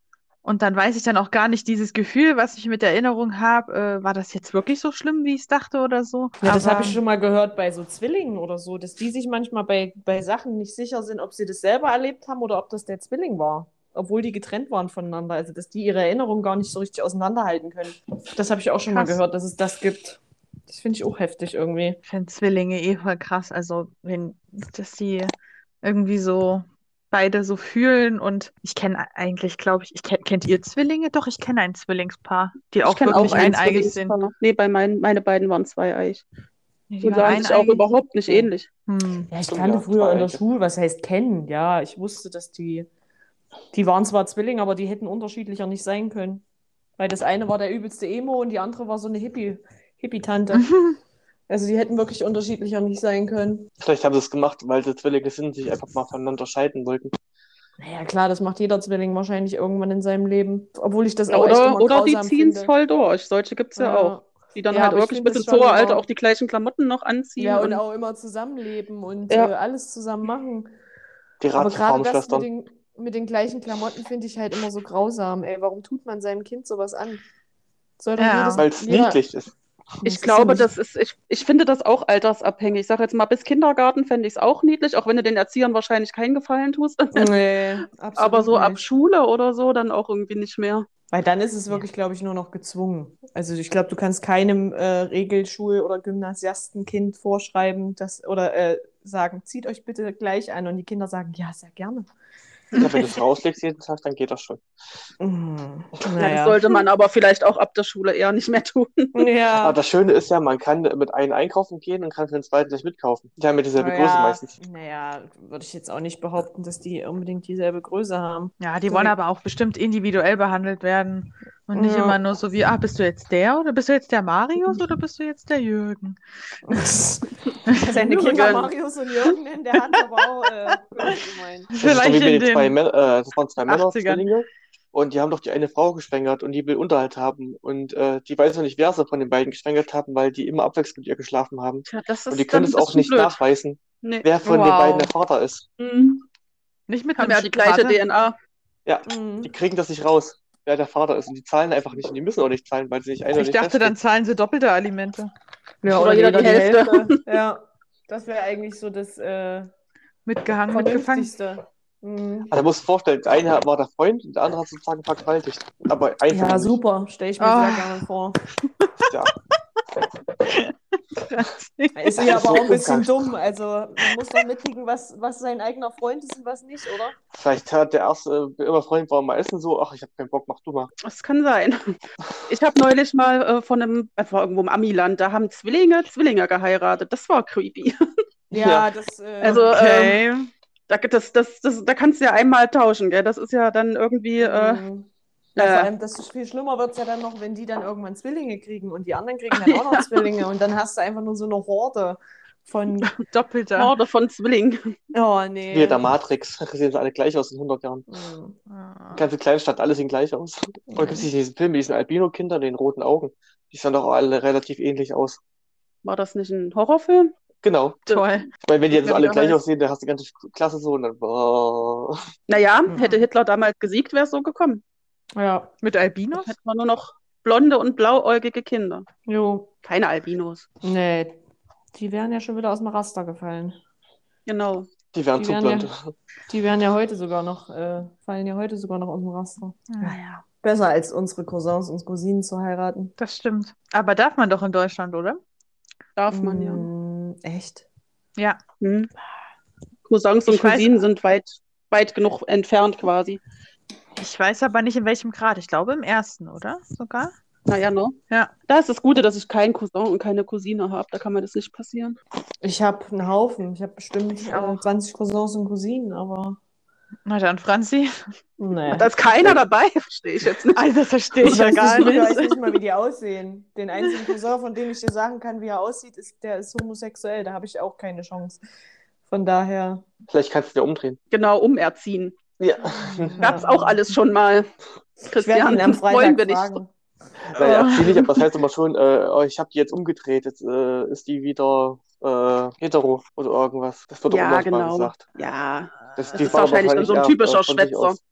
Und dann weiß ich dann auch gar nicht dieses Gefühl, was ich mit der Erinnerung habe, äh, war das jetzt wirklich so schlimm, wie ich es dachte oder so? Ja, das habe Aber ich schon mal gehört bei so Zwillingen oder so, dass die sich manchmal bei, bei Sachen nicht sicher sind, ob sie das selber erlebt haben oder ob das der Zwilling war. Obwohl die getrennt waren voneinander. Also, dass die ihre Erinnerungen gar nicht so richtig auseinanderhalten können. Das habe ich auch schon mal krass. gehört, dass es das gibt. Das finde ich auch heftig irgendwie. Ich finde Zwillinge eh voll krass. Also, wenn, dass die irgendwie so beide so fühlen und ich kenne eigentlich, glaube ich, ich kenn, kennt ihr Zwillinge? Doch, ich kenne ein Zwillingspaar, die Ich auch kenne auch wirklich ein eineigig sind. Zwillingspaar. Nee, bei meinen, meine beiden waren zweieich. Nee, die Und waren sahen sich auch eineigig. überhaupt nicht Ja. ähnlich. Hm. Ja, ich Stimmt, kannte ja, früher in der zwei. Schule, was heißt kennen? Ja, ich wusste, dass die, die waren zwar Zwillinge, aber die hätten unterschiedlicher nicht sein können. Weil das eine war der übelste Emo und die andere war so eine Hippie, Hippie-Tante. Also die hätten wirklich unterschiedlicher nicht sein können. Vielleicht haben sie es gemacht, weil sie Zwillinge sind, sich einfach mal voneinander scheiden wollten. Naja, klar, das macht jeder Zwilling wahrscheinlich irgendwann in seinem Leben. Obwohl ich das auch echt Oder, immer oder die grausam ziehen es finde. voll durch. Solche gibt es ja Ja. auch. Die dann Ja, halt aber ich wirklich finde bis es ins schon hohe Alter immer- auch die gleichen Klamotten noch anziehen. Ja, und und auch immer zusammenleben und Ja. äh, alles zusammen machen. Die Aber gerade das mit Ratsfarmschwestern. den, mit den gleichen Klamotten finde ich halt immer so grausam. Ey, warum tut man seinem Kind sowas an? Soll doch Ja. jedes, Weil es jeder... niedlich ist. Ich ist glaube, ja nicht- das ist, ich, ich finde das auch altersabhängig. Ich sage jetzt mal, bis Kindergarten fände ich es auch niedlich, auch wenn du den Erziehern wahrscheinlich keinen Gefallen tust. Nee, absolut Aber so ab nicht. Schule oder so dann auch irgendwie nicht mehr. Weil dann ist es wirklich, glaube ich, nur noch gezwungen. Also ich glaube, du kannst keinem äh, Regelschul- oder Gymnasiastenkind vorschreiben, dass, oder äh, sagen, zieht euch bitte gleich an. Und die Kinder sagen, ja, sehr gerne. Ja, wenn du es rauslegst jeden Tag, dann geht das schon. Mhm. Ja, das Naja. sollte man aber vielleicht auch ab der Schule eher nicht mehr tun. Aber Ja. das Schöne ist ja, man kann mit einem einkaufen gehen und kann für den zweiten gleich mitkaufen. Die haben ja dieselbe Größe Naja, meistens. naja, würde ich jetzt auch nicht behaupten, dass die unbedingt dieselbe Größe haben. Ja, die wollen aber auch bestimmt individuell behandelt werden. Und nicht Ja. immer nur so wie, ah, bist du jetzt der oder bist du jetzt der Marius oder bist du jetzt der Jürgen? Seine Jürgen. Kinder Marius und Jürgen nennen, der hat aber auch äh, böse gemeint. Das ist doch Vielleicht wie in mit den zwei den Männer, äh, das waren zwei Männer, achtzigern. Zwillinge. Und die haben doch die eine Frau geschwängert und die will Unterhalt haben. Und äh, die weiß noch nicht, wer sie von den beiden geschwängert haben, weil die immer abwechselnd mit ihr geschlafen haben. Tja, das Und ist die können dann es ein auch bisschen nicht blöd. nachweisen, Nee. wer von den Wow. beiden der Vater ist. Mhm. Nicht mit Haben einem ja die gleiche Vater. D N A. Ja, Mhm. die kriegen das nicht raus, wer der Vater ist. Und die zahlen einfach nicht. Und die müssen auch nicht zahlen, weil sie nicht Ich eindeutig dachte, dann feststehen. zahlen sie doppelte Alimente. Ja, Oder jeder die Hälfte. Ja, das wäre eigentlich so das äh, Mitgehangen, mitgefangen. Vernünftigste. Mhm. Also, du musst dir vorstellen, der eine war der Freund und der andere hat sozusagen vergewaltigt. Aber Ja, einvernehmlich. super, stelle ich mir Ah. sehr gerne vor. Ja. Ist Das ja ist aber so auch ein bisschen ungeil. dumm. Also man muss doch mitkriegen, was, was sein eigener Freund ist und was nicht, oder? Vielleicht hat der erste äh, immer Freund war mal essen so, ach, ich habe keinen Bock, mach du mal. Das kann sein. Ich habe neulich mal äh, von einem, äh, war irgendwo im Amiland, da haben Zwillinge Zwillinge geheiratet. Das war creepy. Ja, Ja. das. Äh, Also, Okay. Da, das, das, das, da kannst du ja einmal tauschen, gell? Das ist ja dann irgendwie. Äh, mhm. Ja, äh, vor allem, das ist viel schlimmer wird es ja dann noch, wenn die dann irgendwann Zwillinge kriegen und die anderen kriegen dann auch noch Zwillinge und dann hast du einfach nur so eine Horde von. Doppelter. Horde von Zwillingen. Oh, Wie nee. der Matrix, sehen sie alle gleich aus in hundert Jahren. Mhm. Ah. Die ganze Kleinstadt, alle sehen gleich aus. Oder gibt es nicht diesen Film mit diesen Albino-Kindern, den roten Augen? Die sahen doch alle relativ ähnlich aus. War das nicht ein Horrorfilm? Genau. Toll. Ich meine, wenn die jetzt Ja, alle wie der gleich heißt. aussehen, dann hast du die ganze Klasse so und dann. boah. Naja, Mhm. hätte Hitler damals gesiegt, wäre es so gekommen. Ja, Mit Albinos? Hätten wir nur noch blonde und blauäugige Kinder. jo. Keine Albinos. Nee, die wären ja schon wieder aus dem Raster gefallen. Genau. Die wären Die zu wären blond. ja- Die wären ja heute sogar noch, äh, fallen ja heute sogar noch aus dem Raster. Naja, Besser als unsere Cousins und Cousinen zu heiraten. das stimmt. Aber darf man doch in Deutschland, oder? Darf man ja. Mm, echt? Ja. Hm. Cousins und Ich weiß- Cousinen sind weit, weit genug entfernt quasi. Ich weiß aber nicht, in welchem Grad. Ich glaube im ersten, oder? Sogar? Naja, ne? Ja. Da ist das Gute, dass ich keinen Cousin und keine Cousine habe. Da kann mir das nicht passieren. Ich habe einen Haufen. Ich habe bestimmt Ich äh, auch. zwanzig Cousins und Cousinen, aber Na dann, Franzi. nee. Da ist keiner dabei, verstehe ich jetzt nicht. Also, das verstehe ich Ich ja weiß, gar nicht, ich weiß nicht. nicht mal, wie die aussehen. Den einzigen Cousin, von dem ich dir sagen kann, wie er aussieht, ist, der ist homosexuell. Da habe ich auch keine Chance. Von daher. Vielleicht kannst du dir umdrehen. Genau, umerziehen. Ja. Gab's auch alles schon mal. Ich werde ihn am wollen wir Freitag nicht. fragen. Naja, erzähl nicht, aber das heißt immer schon, äh, oh, ich habe die jetzt umgedreht, jetzt äh, ist die wieder äh, hetero oder irgendwas. Das wird doch Ja, immer mal genau. gesagt. Ja, Das, das die ist war aber wahrscheinlich dann so ein wahrscheinlich typischer eher, äh, von sich Schwätzer. aus.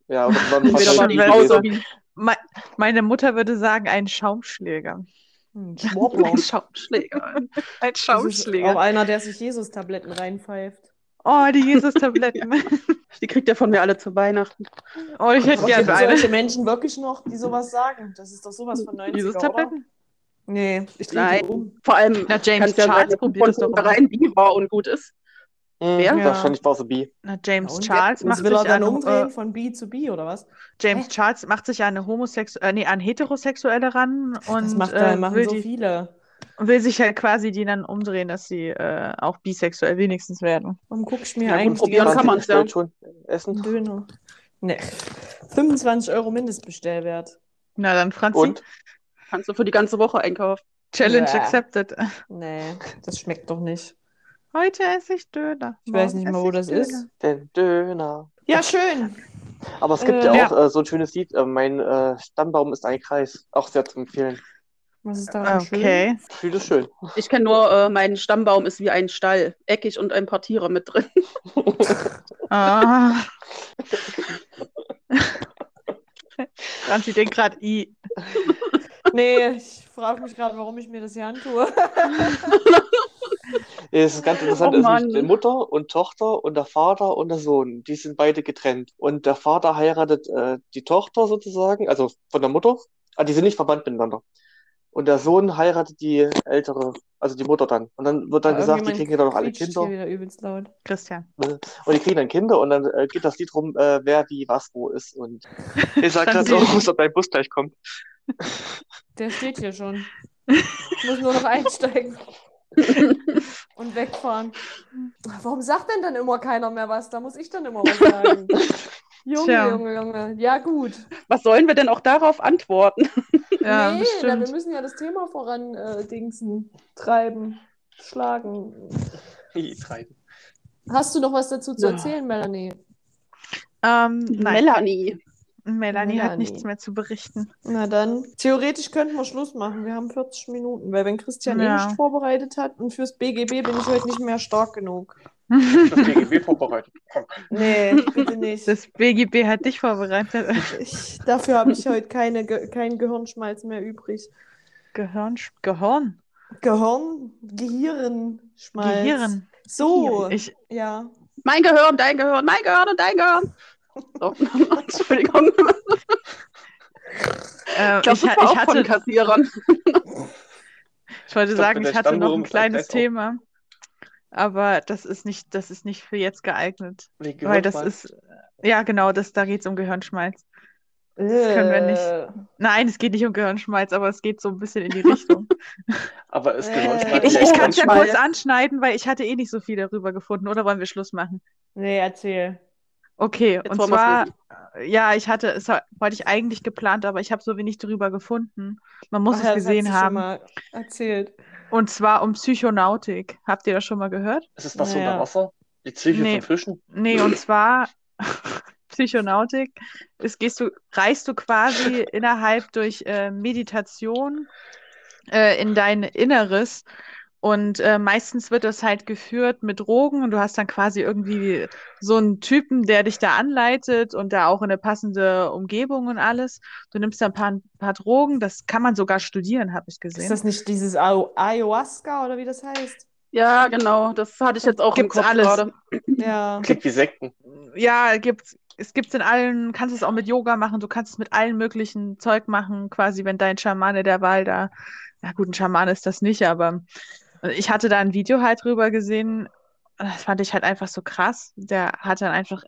Ja, aber das war ein Entweder war Schon die wär- Frau so Französisch wie Me Meine Mutter würde sagen, ein Schaumschläger. Ein ein Schwurbler. Schaumschläger. Ein Das ist Schaumschläger. auch einer, der sich Jesus-Tabletten reinpfeift. Oh, die Jesus-Tabletten. Die kriegt ihr von mir alle zu Weihnachten. Oh, ich hätte Aber gern gibt es eine. solche Menschen wirklich noch, die sowas sagen? Das ist doch sowas von neunziger, oder? Jesus-Tabletten? Nee, ich drehe Nein. die um. Vor allem Na, James kann es ja sein, Charles dass probiert von das doch immer. vornherein Bi war und gut ist. Mhm, Wer? Ja. Wahrscheinlich war es bi. Na, Ja, James und Charles jetzt macht will er sich dann an, umdrehen äh, von B zu B, oder was? James Hä? Charles macht sich an eine Homosex äh, nee, an Heterosexuelle ran Das und macht, da- äh, machen will so die viele. will sich halt quasi die dann umdrehen, dass sie äh, auch bisexuell wenigstens werden. Warum guckst du mir Ja, gut, eigentlich die probieren ganze kann Zeit man's ja. bestellt schon essen. Döner? Nee. fünfundzwanzig Euro Mindestbestellwert. Na dann, Franzi, Und? Kannst du für die ganze Woche einkaufen. Challenge Bäh. accepted. Nee, das schmeckt doch nicht. Heute esse ich Döner. Ich weiß morgen nicht mehr, esse wo ich das Döner. ist. Den Döner. Ja, schön. Aber es gibt Äh, ja auch ja. äh, so ein schönes Lied. Äh, mein äh, Stammbaum ist ein Kreis. Auch sehr zu empfehlen. Was ist daran schön? Okay. Viel ist schön. Ich kenne nur, äh, mein Stammbaum ist wie ein Stall. Eckig und ein paar Tiere mit drin. Ah. Franzi denkt gerade, i. Nee, ich frage mich gerade, warum ich mir das hier antue. Ja, das ist ganz interessant. Oh ist Mann. nämlich die Mutter und Tochter und der Vater und der Sohn. Die sind beide getrennt. Und der Vater heiratet äh, die Tochter sozusagen, also von der Mutter. Ah, die sind nicht verwandt miteinander. Und der Sohn heiratet die ältere, also die Mutter dann. Und dann wird dann gesagt, die Irgendjemand kriegen ja dann noch alle quietscht Kinder. hier wieder übelst laut. Christian. Und die kriegen dann Kinder und dann äh, geht das Lied rum, äh, wer wie was wo ist. Und ich sag gerade, Franzi. oh, muss, ob dein Bus gleich kommt. Der steht hier schon. Ich muss nur noch einsteigen und wegfahren. Warum sagt denn dann immer keiner mehr was? Da muss ich dann immer was sagen. Junge, Tja. Junge, Junge. Ja, gut. Was sollen wir denn auch darauf antworten? Ja, nee, na, wir bestimmt. müssen ja das Thema voran äh, dingsen, treiben, schlagen. Wie treiben. Hast du noch was dazu zu Ja. erzählen, Melanie? Ähm, nein, Melanie. Melanie hat Melanie. nichts mehr zu berichten. Na dann, theoretisch könnten wir Schluss machen. Wir haben vierzig Minuten, weil wenn Christian eh Ja. nicht vorbereitet hat und fürs B G B bin ich heute nicht mehr stark genug. Das B G B vorbereitet. Komm. Nee, bitte nicht. Das B G B hat dich vorbereitet. Ich, dafür habe ich heute keine, Ge keinen Gehirnschmalz mehr übrig. Gehirn, Gehirn, Gehirn, Gehirnschmalz. Gehirn. So, Ich, ja. Mein Gehirn, dein Gehirn, mein Gehirn und dein Gehirn. So. Entschuldigung. äh, Ich glaube, ich, das ha- war ich auch von hatte, Kassierern. ich wollte Ich glaub, sagen, wenn ich der hatte noch Stammwurm ein ist, kleines dann gleich auch. Thema, aber das ist nicht, das ist nicht für jetzt geeignet, Wie weil das Gehirnschmalz. ist, ja genau, das, da geht es um Gehirnschmalz. Das können wir nicht. Äh, Nein, es geht nicht um Gehirnschmalz, aber es geht so ein bisschen in die Richtung. Aber ist Äh, Gehirnschmalz Ich, Oh, ich auch kann es ja manchmal- kurz anschneiden, weil ich hatte eh nicht so viel darüber gefunden. Oder wollen wir Schluss machen? Nee, erzähl. Okay, Jetzt und wollen wir's zwar, wissen. äh, ja, ich hatte, es ha- wollte ich eigentlich geplant, aber ich habe so wenig darüber gefunden. Man muss Ach es ja, das hat gesehen sie schon haben. mal erzählt. Und zwar um Psychonautik. Habt ihr das schon mal gehört? Ist es was Naja. unter Wasser? Die Psyche Nee. von Fischen? Nee, und zwar Psychonautik ist, gehst du, reist du quasi innerhalb durch äh, Meditation äh, in dein Inneres. Und äh, meistens wird das halt geführt mit Drogen und du hast dann quasi irgendwie so einen Typen, der dich da anleitet und da auch in eine passende Umgebung und alles. Du nimmst da ein paar, ein paar Drogen, das kann man sogar studieren, habe ich Ist gesehen. das nicht dieses Ay- Ayahuasca oder wie das heißt? Ja, genau. Das hatte ich jetzt auch Gibt's im Kopf alles. gerade. Ja. Klingt wie Sekten. Ja, gibt's, es gibt's in allen, kannst es auch mit Yoga machen, du kannst es mit allen möglichen Zeug machen, quasi wenn dein Schamane der Wahl da, ja gut, ein Schamane ist das nicht, aber ich hatte da ein Video halt drüber gesehen, das fand ich halt einfach so krass. Der hat dann einfach,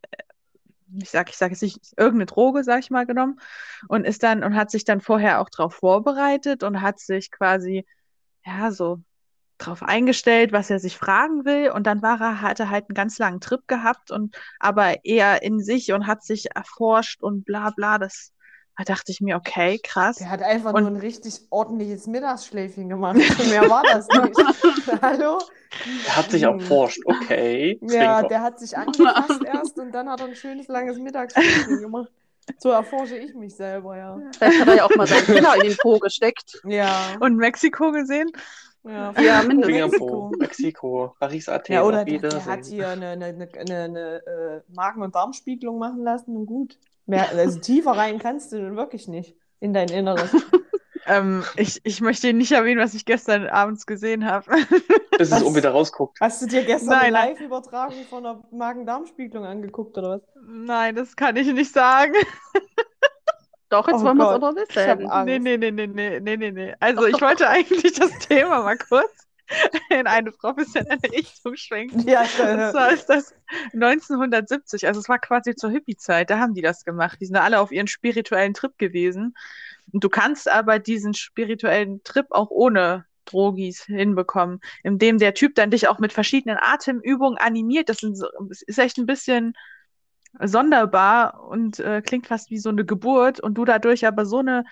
ich sag, ich sag jetzt nicht, irgendeine Droge, sag ich mal, genommen und ist dann und hat sich dann vorher auch drauf vorbereitet und hat sich quasi, ja, so drauf eingestellt, was er sich fragen will. Und dann war er, hat er halt einen ganz langen Trip gehabt und aber eher in sich und hat sich erforscht und bla bla. Das, da dachte ich mir, okay, krass. Der hat einfach Und- nur ein richtig ordentliches Mittagsschläfchen gemacht. Mehr war das nicht. Hallo? Er hat sich erforscht. Okay. Ja, Zwinker. der hat sich angefasst erst und dann hat er ein schönes langes Mittagsschläfchen gemacht. So erforsche ich mich selber, ja. Vielleicht hat er ja auch mal seinen Finger in den Po gesteckt. Ja. Und Mexiko gesehen? Ja, Ja, mindestens. Finger Mexiko. Po, Mexiko, Paris, Athen. Ja, oder auf der, der hat Wiedersehen. hier eine, eine, eine, eine, eine äh, Magen- und Darmspiegelung machen lassen und gut. Mehr, also tiefer rein kannst du nun wirklich nicht in dein Inneres. Ähm, ich, ich möchte Ihnen nicht erwähnen, was ich gestern abends gesehen habe. Bis es Was? um wieder rausguckt. Hast du dir gestern Nein, eine nein. Live-Übertragung von einer Magen-Darm-Spiegelung angeguckt oder was? Nein, das kann ich nicht sagen. Doch, jetzt Oh wollen wir es Gott, aber ich habe wissen. Angst. Nee, nee, nee, nee, nee, nee, nee, nee. Also ich wollte eigentlich das Thema mal kurz in eine professionelle Richtung schwenken. Ja, Und äh, zwar ist das neunzehnhundertsiebzig, also es war quasi zur Hippie-Zeit, da haben die das gemacht. Die sind alle auf ihren spirituellen Trip gewesen. Und du kannst aber diesen spirituellen Trip auch ohne Drogis hinbekommen, indem der Typ dann dich auch mit verschiedenen Atemübungen animiert. Das sind so, das ist echt ein bisschen sonderbar und äh, klingt fast wie so eine Geburt und du dadurch aber so eine,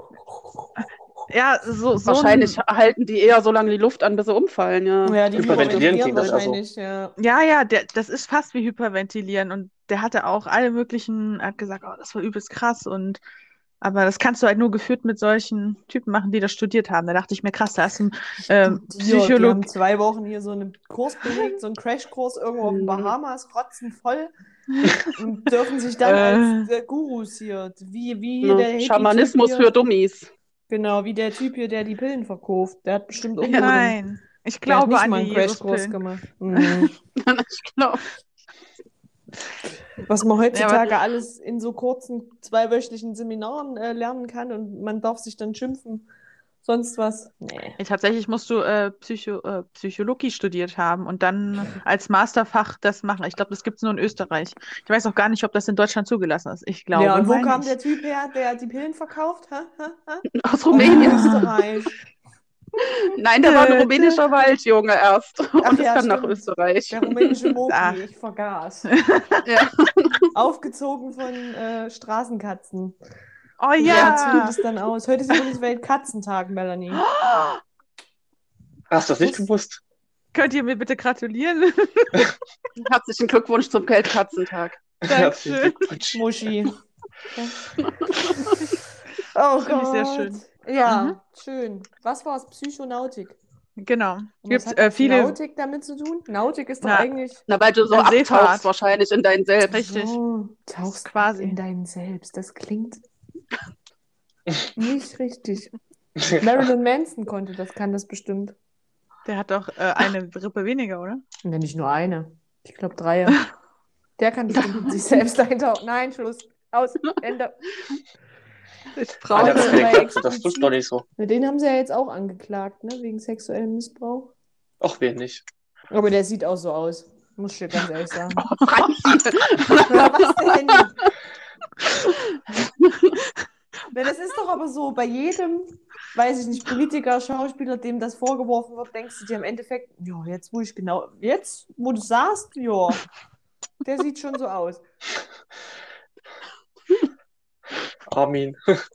ja, so, so Wahrscheinlich ein, halten die eher so lange die Luft an, bis sie umfallen, ja. ja, die Hyperventilieren hyperventilieren klingt das also. wahrscheinlich, ja. ja, ja, der, das ist fast wie Hyperventilieren und der hatte auch alle möglichen, hat gesagt, oh, das war übelst krass und aber das kannst du halt nur geführt mit solchen Typen machen, die das studiert haben. Da dachte ich mir, krass, da ist ein ähm, Studiert. Die Psycholog. haben zwei Wochen hier so einen Kurs belegt, so einen Crashkurs irgendwo auf den Mhm. Bahamas, rotzen voll und dürfen sich dann Äh. als äh, Gurus hier, wie, wie hier Ne? der Hippie-Typ Schamanismus hier, für Dummies. genau, wie der Typ hier, der die Pillen verkauft. Der hat bestimmt irgendwo einen, Nein, ich der hat glaube nicht an mal die einen Crashkurs Jesuspillen. gemacht. Mhm. Ich glaube. Was man heutzutage Ja, alles in so kurzen, zweiwöchentlichen Seminaren äh, lernen kann und man darf sich dann schimpfen, sonst was. Nee. Ja, tatsächlich musst du äh, Psycho, äh, Psychologie studiert haben und dann als Masterfach das machen. Ich glaube, das gibt es nur in Österreich. Ich weiß auch gar nicht, ob das in Deutschland zugelassen ist. Ich glaube Ja, und wo mal kam nicht. der Typ her, der die Pillen verkauft? Ha, ha, ha? Aus Aus Rumänien. Österreich. Nein, der war ein Äh, rumänischer Waldjunge erst. Und Ach ist ja, dann nach stimmt. Österreich. Der rumänische Moki, Ach. ich vergaß. Ja. Aufgezogen von äh, Straßenkatzen. Oh So ja. sieht es dann aus. Heute ist übrigens Weltkatzentag, Melanie. Hast du das nicht gewusst? Könnt ihr mir bitte gratulieren? Herzlichen Glückwunsch zum Weltkatzentag. Herzlichen Dankeschön. Glückwunsch. Muschi. Oh Finde ich sehr Gott. schön. Ja, Mhm. schön. Was war es? Psychonautik. Genau. Und was Gibt hat äh, jetzt viele. Nautik damit zu tun? Nautik ist doch Na, eigentlich... Na, weil du so Na, abtauchst Seefahrt. wahrscheinlich in dein Selbst. Richtig. So, tauchst Quasi. in dein Selbst. Das klingt nicht richtig. Marilyn Manson konnte das, kann das bestimmt. Der hat doch äh, eine Rippe weniger, oder? Ja, nicht nur eine. Ich glaube drei. Der kann bestimmt in sich selbst eintauchen. Nein, Schluss. Aus. Ende. Ich Ah, brauche der hat Heute keine bei Köpfe, das tut explizit- doch nicht so. Na, den haben sie ja jetzt auch angeklagt, ne? Wegen sexuellem Missbrauch. Ach, wer nicht. Aber der sieht auch so aus. Muss ich dir ganz ehrlich sagen. Franzi. Na, was denn? Na, das ist doch aber so, bei jedem, weiß ich nicht, Politiker, Schauspieler, dem das vorgeworfen wird, denkst du dir im Endeffekt, ja, jetzt wo ich genau, jetzt, wo du sagst, ja, der sieht schon so aus. Armin.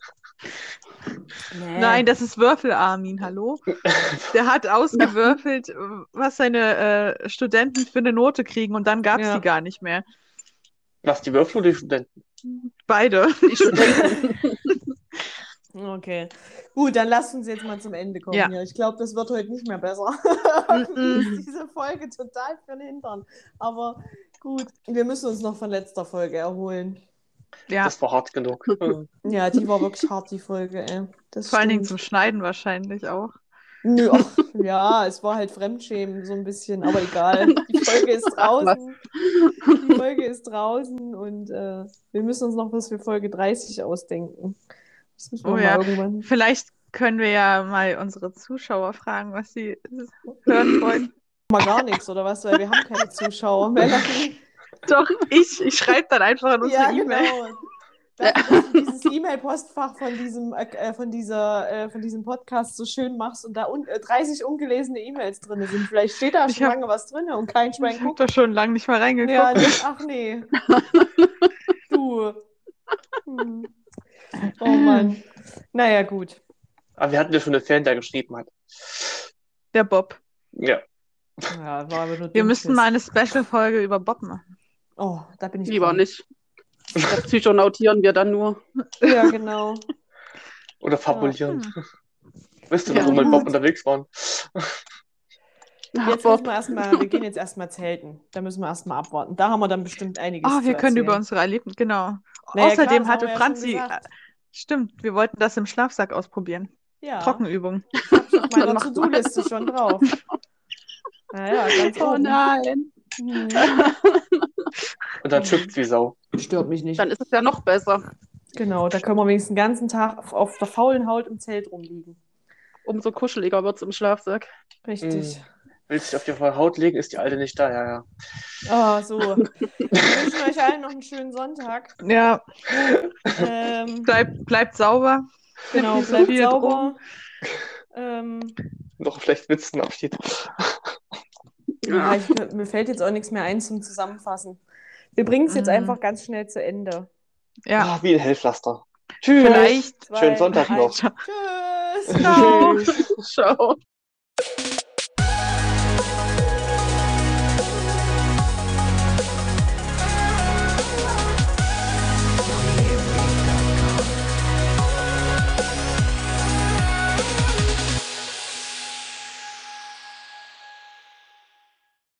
Nee. Nein, das ist Würfel-Armin, hallo? Der hat ausgewürfelt, was seine äh, Studenten für eine Note kriegen und dann gab es Ja. die gar nicht mehr. Was, die Würfel oder die Studenten? Beide. Die Studenten. Okay. Gut, dann lasst uns jetzt mal zum Ende kommen Ja. hier. Ich glaube, das wird heute nicht mehr besser. Mm-mm. ist diese Folge total für den Hintern. Aber gut, wir müssen uns noch von letzter Folge erholen. Ja, Das war hart genug. Ja, die war wirklich hart, die Folge, ey. Das vor allen Dingen stimmt. zum Schneiden wahrscheinlich auch. Nö, ach, ja, es war halt Fremdschämen so ein bisschen, aber egal. Die Folge ist draußen. Die Folge ist draußen und äh, wir müssen uns noch was für Folge dreißig ausdenken. Das müssen wir Oh mal ja. irgendwann. Vielleicht können wir ja mal unsere Zuschauer fragen, was sie hören wollen. Mal gar nichts, oder was? Weil wir haben keine Zuschauer. Melanie. Doch, ich. Ich schreibe dann einfach an unsere Ja, E-Mail. genau. Dafür, dass du dieses E-Mail-Postfach von diesem, äh, von, dieser, äh, von diesem Podcast so schön machst und da un äh, dreißig ungelesene E-Mails drin sind. Vielleicht steht da Ich schon hab- lange was drin und kein Schwein Ich habe guckt. da schon lange nicht mal reingeguckt. Ja, nicht, ach nee. Du. Hm. Oh Mann. Naja, gut. Aber wir hatten ja schon einen Fan, der geschrieben hat. Der Bob. Ja. Ja, war aber nur Wir müssten Dünnschiss. mal eine Special-Folge über Bob machen. Oh, da bin ich Lieber dran. nicht. Da psychonautieren wir dann nur. Ja, genau. Oder fabulieren. Hm. Wisst ihr Ja, noch, wo wir mit gut. Bob unterwegs waren? Ach, Jetzt Bob. müssen wir erstmal, wir gehen jetzt erstmal zelten. Da müssen wir erstmal abwarten. Da haben wir dann bestimmt einiges Oh, zu wir können erzählen. über unsere Erlebnisse, genau. Oh, Naja, Außerdem klar, das hatte haben wir Franzi, ja schon äh, gesagt. stimmt, wir wollten das im Schlafsack ausprobieren. Ja, Trockenübung. ich habe es auf Dann meiner mach mal. To-Do-Liste schon drauf. Naja, ganz Oh oben. nein. Hm. Und dann schüpft wie Sau. Stört mich nicht. Dann ist es ja noch besser. Genau, da können wir wenigstens den ganzen Tag auf, auf der faulen Haut im Zelt rumliegen. Umso kuscheliger wird es im Schlafsack. Richtig. Hm. Willst du dich auf die Haut legen, ist die Alte nicht da, ja, ja. Ah, so. Wir wünschen euch allen noch einen schönen Sonntag. Ja, Ähm, bleibt, bleibt sauber. genau, nicht so bleibt viel sauber. Ähm, Noch vielleicht Witzenabschied. ja, ich, mir fällt jetzt auch nichts mehr ein zum Zusammenfassen. Wir bringen es jetzt Mm. einfach ganz schnell zu Ende. Ja, Ah, wie ein Hellpflaster. Tschüss. vielleicht. Zwei, Schönen Sonntag noch. eins. Tschüss. Ciao. Tschüss. Ciao.